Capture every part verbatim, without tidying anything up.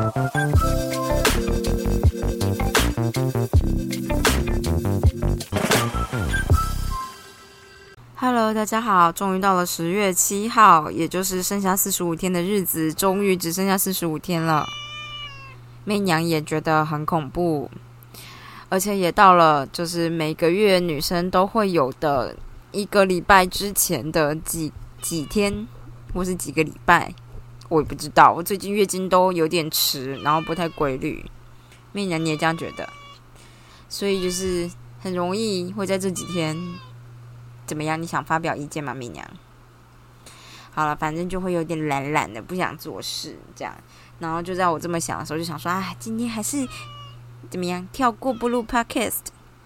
Hello， 大家好，终于到了十月七号，也就是剩下四十五天的日子，终于只剩下四十五天了。媚娘也觉得很恐怖，而且也到了就是每个月女生都会有的一个礼拜之前的几几天，或是几个礼拜，我也不知道。我最近月经都有点迟，然后不太规律。媚娘你也这样觉得？所以就是很容易会在这几天。怎么样？你想发表意见吗，媚娘？好了，反正就会有点懒懒的，不想做事这样。然后就在我这么想的时候，就想说，啊，今天还是怎么样，跳过不录 podcast。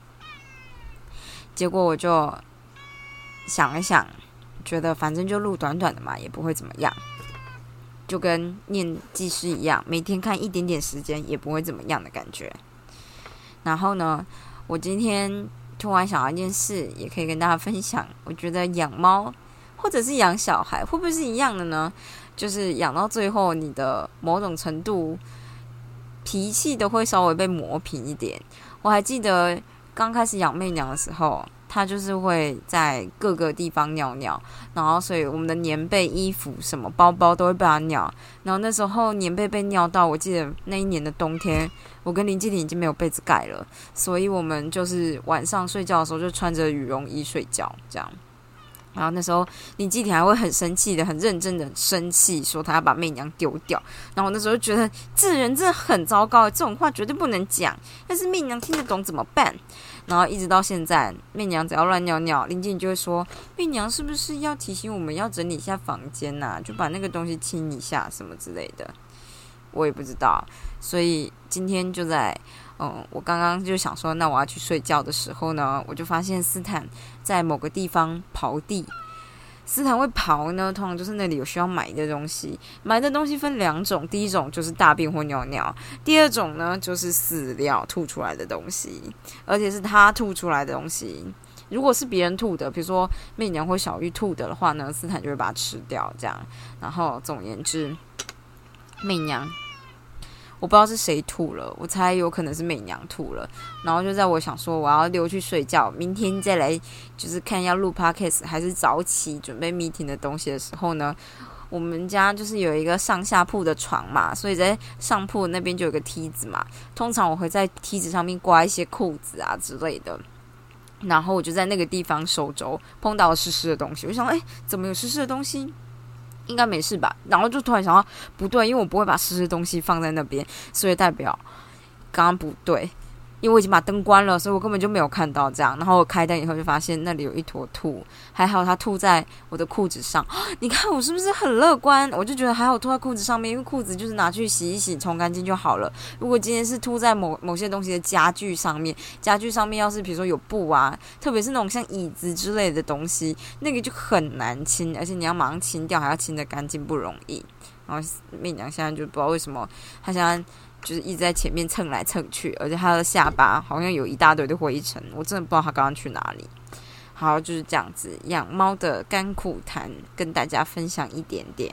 结果我就想了想，觉得反正就录短短的嘛，也不会怎么样，就跟念技师一样，每天看一点点时间，也不会怎么样的感觉。然后呢，我今天。突然想到一件事，也可以跟大家分享。我觉得养猫或者是养小孩，会不会是一样的呢？就是养到最后，你的某种程度脾气都会稍微被磨平一点。我还记得刚开始养媚娘的时候，她就是会在各个地方尿尿，然后所以我们的棉被、衣服、什么包包都会被她尿。然后那时候棉被被尿到，我记得那一年的冬天。我跟林继廷已经没有被子盖了，所以我们就是晚上睡觉的时候就穿着羽绒衣睡觉，这样。然后那时候林继廷还会很生气的、很认真的生气，说他要把媚娘丢掉。然后我那时候就觉得这人真的很糟糕，这种话绝对不能讲。但是媚娘听得懂怎么办？然后一直到现在，媚娘只要乱尿尿，林继廷就会说：“媚娘是不是要提醒我们要整理一下房间啊？就把那个东西清一下什么之类的。”我也不知道，所以今天就在，嗯，我刚刚就想说，那我要去睡觉的时候呢，我就发现斯坦在某个地方刨地。斯坦会刨呢，通常就是那里有需要埋的东西。埋的东西分两种，第一种就是大便或尿尿，第二种呢就是饲料吐出来的东西，而且是他吐出来的东西。如果是别人吐的，比如说媚娘或小玉吐的的话呢，斯坦就会把它吃掉，这样。然后总而言之。媚娘，我不知道是谁吐了，我猜有可能是媚娘吐了。然后就在我想说我要溜去睡觉，明天再来就是看要录 podcast 还是早起准备 meeting 的东西的时候呢，我们家就是有一个上下铺的床嘛，所以在上铺那边就有个梯子嘛。通常我会在梯子上面挂一些裤子啊之类的。然后我就在那个地方手肘碰到了湿湿的东西，我想，哎，怎么有湿湿的东西？应该没事吧？然后就突然想到不对，因为我不会把湿湿的东西放在那边，所以代表刚刚不对。因为我已经把灯关了，所以我根本就没有看到这样。然后我开灯以后就发现那里有一坨吐，还好它吐在我的裤子上。你看我是不是很乐观？我就觉得还好吐在裤子上面，因为裤子就是拿去洗一洗、冲干净就好了。如果今天是吐在某某些东西的家具上面，家具上面要是比如说有布啊，特别是那种像椅子之类的东西，那个就很难清，而且你要马上清掉，还要清得干净，不容易。然后媚娘现在就不知道为什么，她现在。就是一直在前面蹭来蹭去，而且他的下巴好像有一大堆的灰尘，我真的不知道他刚刚去哪里。好，就是这样子，养猫的甘苦谈跟大家分享一点点。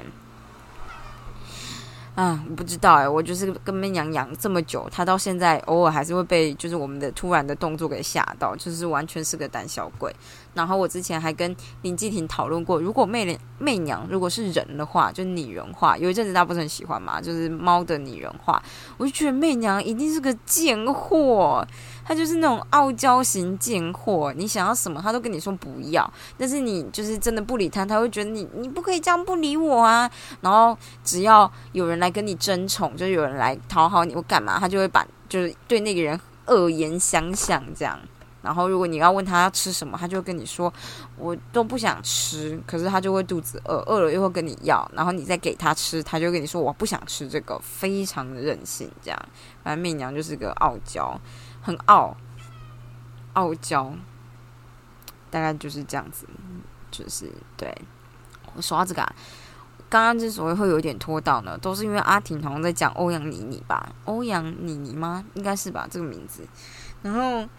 啊，我不知道哎、欸，我就是跟媚娘养这么久，她到现在偶尔还是会被就是我们的突然的动作给吓到，就是完全是个胆小鬼。然后我之前还跟林继廷讨论过，如果媚媚娘如果是人的话，就拟人化，有一阵子大家不是很喜欢嘛，就是猫的拟人化，我就觉得媚娘一定是个贱货，她就是那种傲娇型贱货，你想要什么她都跟你说不要，但是你就是真的不理她，她会觉得你你不可以这样不理我啊，然后只要有人来跟你争宠，就有人来讨好你或干嘛，她就会把就是对那个人恶言相向这样。然后如果你要问他要吃什么，他就会跟你说我都不想吃，可是他就会肚子饿，饿了又会跟你要，然后你再给他吃，他就会跟你说我不想吃这个，非常的任性这样。反正媚娘就是个傲娇，很傲傲娇，大概就是这样子。就是对我说到这个啊，刚刚之所以会有点拖到呢，都是因为阿婷好像在讲欧阳妮妮吧，欧阳妮妮吗？应该是吧，这个名字。然后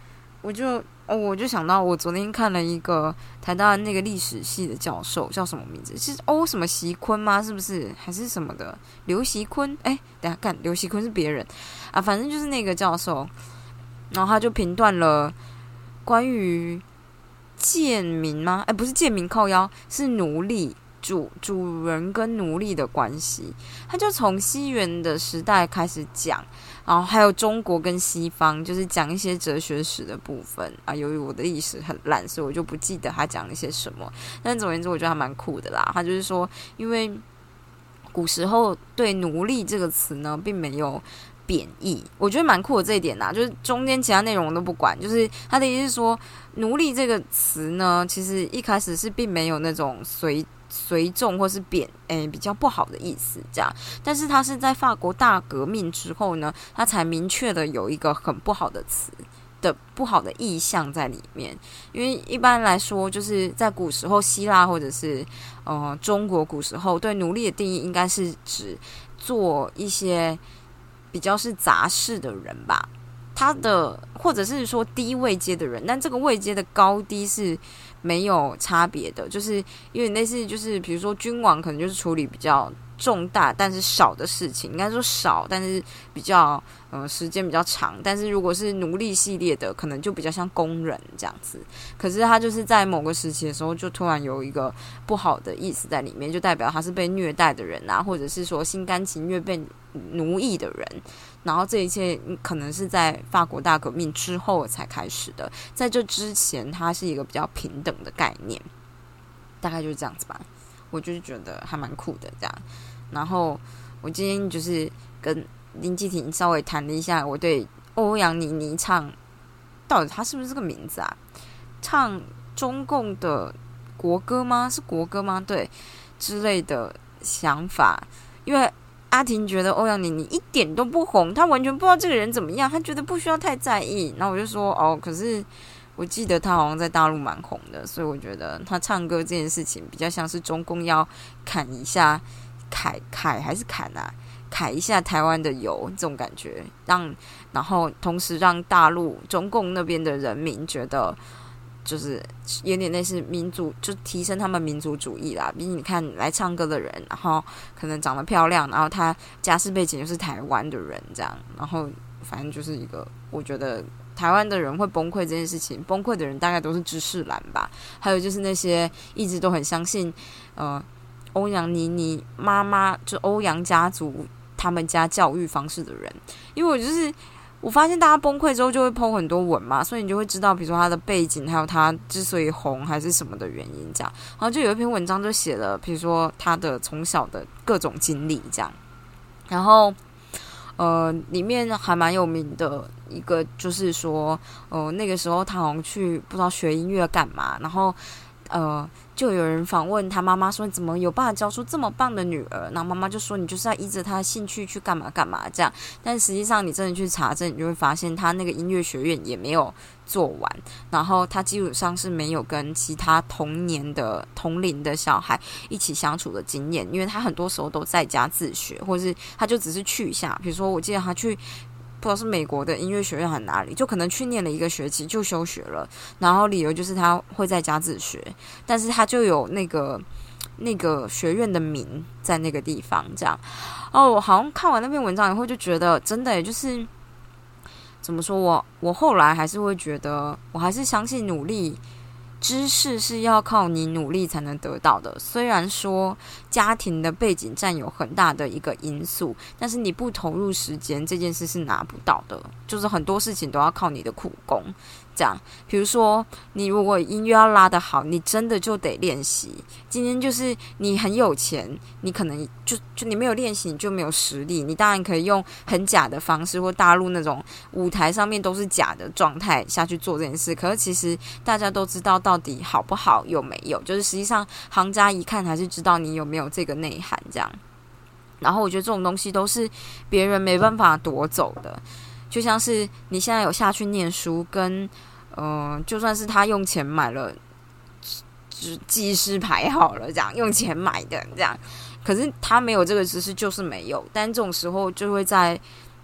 我就哦，我就想到我昨天看了一个台大那个历史系的教授，叫什么名字？是欧什么习坤吗？是不是？还是什么的？刘习坤？哎，等一下看刘习坤是别人啊，反正就是那个教授，然后他就评断了关于贱民吗？哎，不是贱民靠腰，是奴隶。主主人跟奴隶的关系，他就从西元的时代开始讲，然后还有中国跟西方，就是讲一些哲学史的部分啊。由于我的历史很烂，所以我就不记得他讲了些什么。但总而言之，我觉得还蛮酷的啦。他就是说，因为古时候对奴隶这个词呢，并没有贬义，我觉得蛮酷的这一点啦。就是中间其他内容我都不管，就是他的意思是说，奴隶这个词呢，其实一开始是并没有那种随。随众或是贬诶比较不好的意思这样，但是他是在法国大革命之后呢，他才明确的有一个很不好的词的不好的意象在里面。因为一般来说，就是在古时候希腊或者是呃中国古时候对奴隶的定义，应该是指做一些比较是杂事的人吧。他的或者是说低位阶的人，但这个位阶的高低是没有差别的，就是因为类似就是比如说君王可能就是处理比较重大但是少的事情，应该说少但是比较呃时间比较长，但是如果是奴隶系列的，可能就比较像工人这样子。可是他就是在某个时期的时候，就突然有一个不好的意思在里面，就代表他是被虐待的人啊，或者是说心甘情愿被奴役的人。然后这一切可能是在法国大革命之后才开始的，在这之前它是一个比较平等的概念，大概就是这样子吧。我就是觉得还蛮酷的这样。然后我今天就是跟林继廷稍微谈了一下我对欧阳妮妮唱到底他是不是这个名字啊，唱中共的国歌吗？是国歌吗？对，之类的想法。因为阿婷觉得欧阳妮妮一点都不红，她完全不知道这个人怎么样，她觉得不需要太在意。然后我就说哦，可是我记得她好像在大陆蛮红的，所以我觉得她唱歌这件事情比较像是中共要砍一下凯凯还是砍啊砍一下台湾的油这种感觉，让然后同时让大陆中共那边的人民觉得就是有点类似民族，就提升他们民族主义啦。毕竟你看来唱歌的人，然后可能长得漂亮，然后他家世背景又是台湾的人，这样，然后反正就是一个，我觉得台湾的人会崩溃这件事情，崩溃的人大概都是知识蓝吧。还有就是那些一直都很相信，呃，欧阳妮妮妈妈就欧阳家族他们家教育方式的人，因为我就是。我发现大家崩溃之后就会 po 很多文嘛，所以你就会知道比如说他的背景还有他之所以红还是什么的原因这样。然后就有一篇文章就写了比如说他的从小的各种经历这样，然后呃里面还蛮有名的一个就是说呃那个时候他好像去不知道学音乐干嘛，然后呃就有人访问他妈妈说怎么有办法教出这么棒的女儿，然后妈妈就说你就是要依着她的兴趣去干嘛干嘛这样。但实际上你真的去查证，你就会发现他那个音乐学院也没有做完，然后他基本上是没有跟其他同年的同龄的小孩一起相处的经验，因为他很多时候都在家自学，或是他就只是去一下，比如说我记得他去不知道是美国的音乐学院还是哪里，就可能去念了一个学期就休学了，然后理由就是他会在家自学，但是他就有那个那个学院的名在那个地方这样。哦，我好像看完那篇文章以后就觉得真的耶，就是怎么说，我我后来还是会觉得，我还是相信努力知识是要靠你努力才能得到的。虽然说家庭的背景占有很大的一个因素，但是你不投入时间，这件事是拿不到的。就是很多事情都要靠你的苦功。这样，比如说你如果音乐要拉得好，你真的就得练习。今天就是你很有钱，你可能就就你没有练习，你就没有实力。你当然可以用很假的方式，或大陆那种舞台上面都是假的状态下去做这件事。可是其实大家都知道到底好不好，有没有，就是实际上行家一看还是知道你有没有这个内涵这样。然后我觉得这种东西都是别人没办法夺走的。就像是你现在有下去念书，跟呃，就算是他用钱买了技师牌好了，这样用钱买的这样，可是他没有这个知识就是没有。但这种时候就会在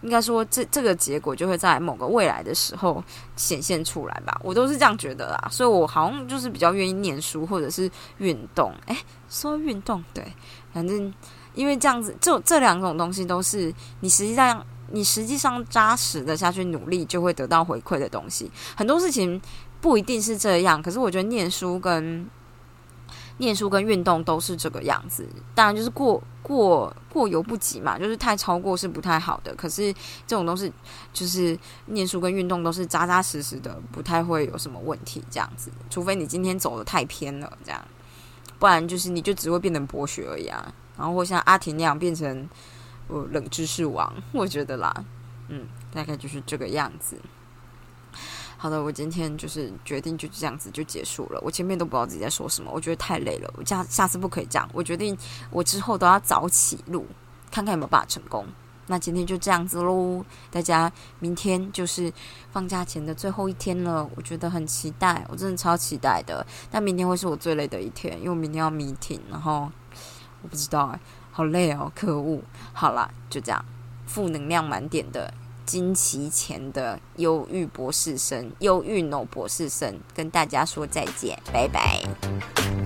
应该说这这个结果就会在某个未来的时候显现出来吧，我都是这样觉得啦。所以我好像就是比较愿意念书或者是运动。诶，说运动，对，反正因为这样子，就这两种东西都是你实际上你实际上扎实的下去努力就会得到回馈的东西。很多事情不一定是这样，可是我觉得念书跟念书跟运动都是这个样子。当然就是过过过犹不及嘛，就是太超过是不太好的。可是这种东西就是念书跟运动都是扎扎实实的，不太会有什么问题这样子。除非你今天走得太偏了，这样，不然就是你就只会变成博学而已啊。然后或像阿婷那样变成呃冷知识王，我觉得啦，嗯，大概就是这个样子。好的，我今天就是决定就这样子就结束了。我前面都不知道自己在说什么，我觉得太累了。我下下次不可以这样。我决定我之后都要早起录，看看有没有办法成功。那今天就这样子咯，大家明天就是放假前的最后一天了，我觉得很期待，我真的超期待的。但明天会是我最累的一天，因为我明天要 meeting， 然后我不知道哎、欸，好累哦，可恶。好啦，就这样，负能量满点的经期前的忧郁博士生，忧郁 no 博士生，跟大家说再见，拜拜。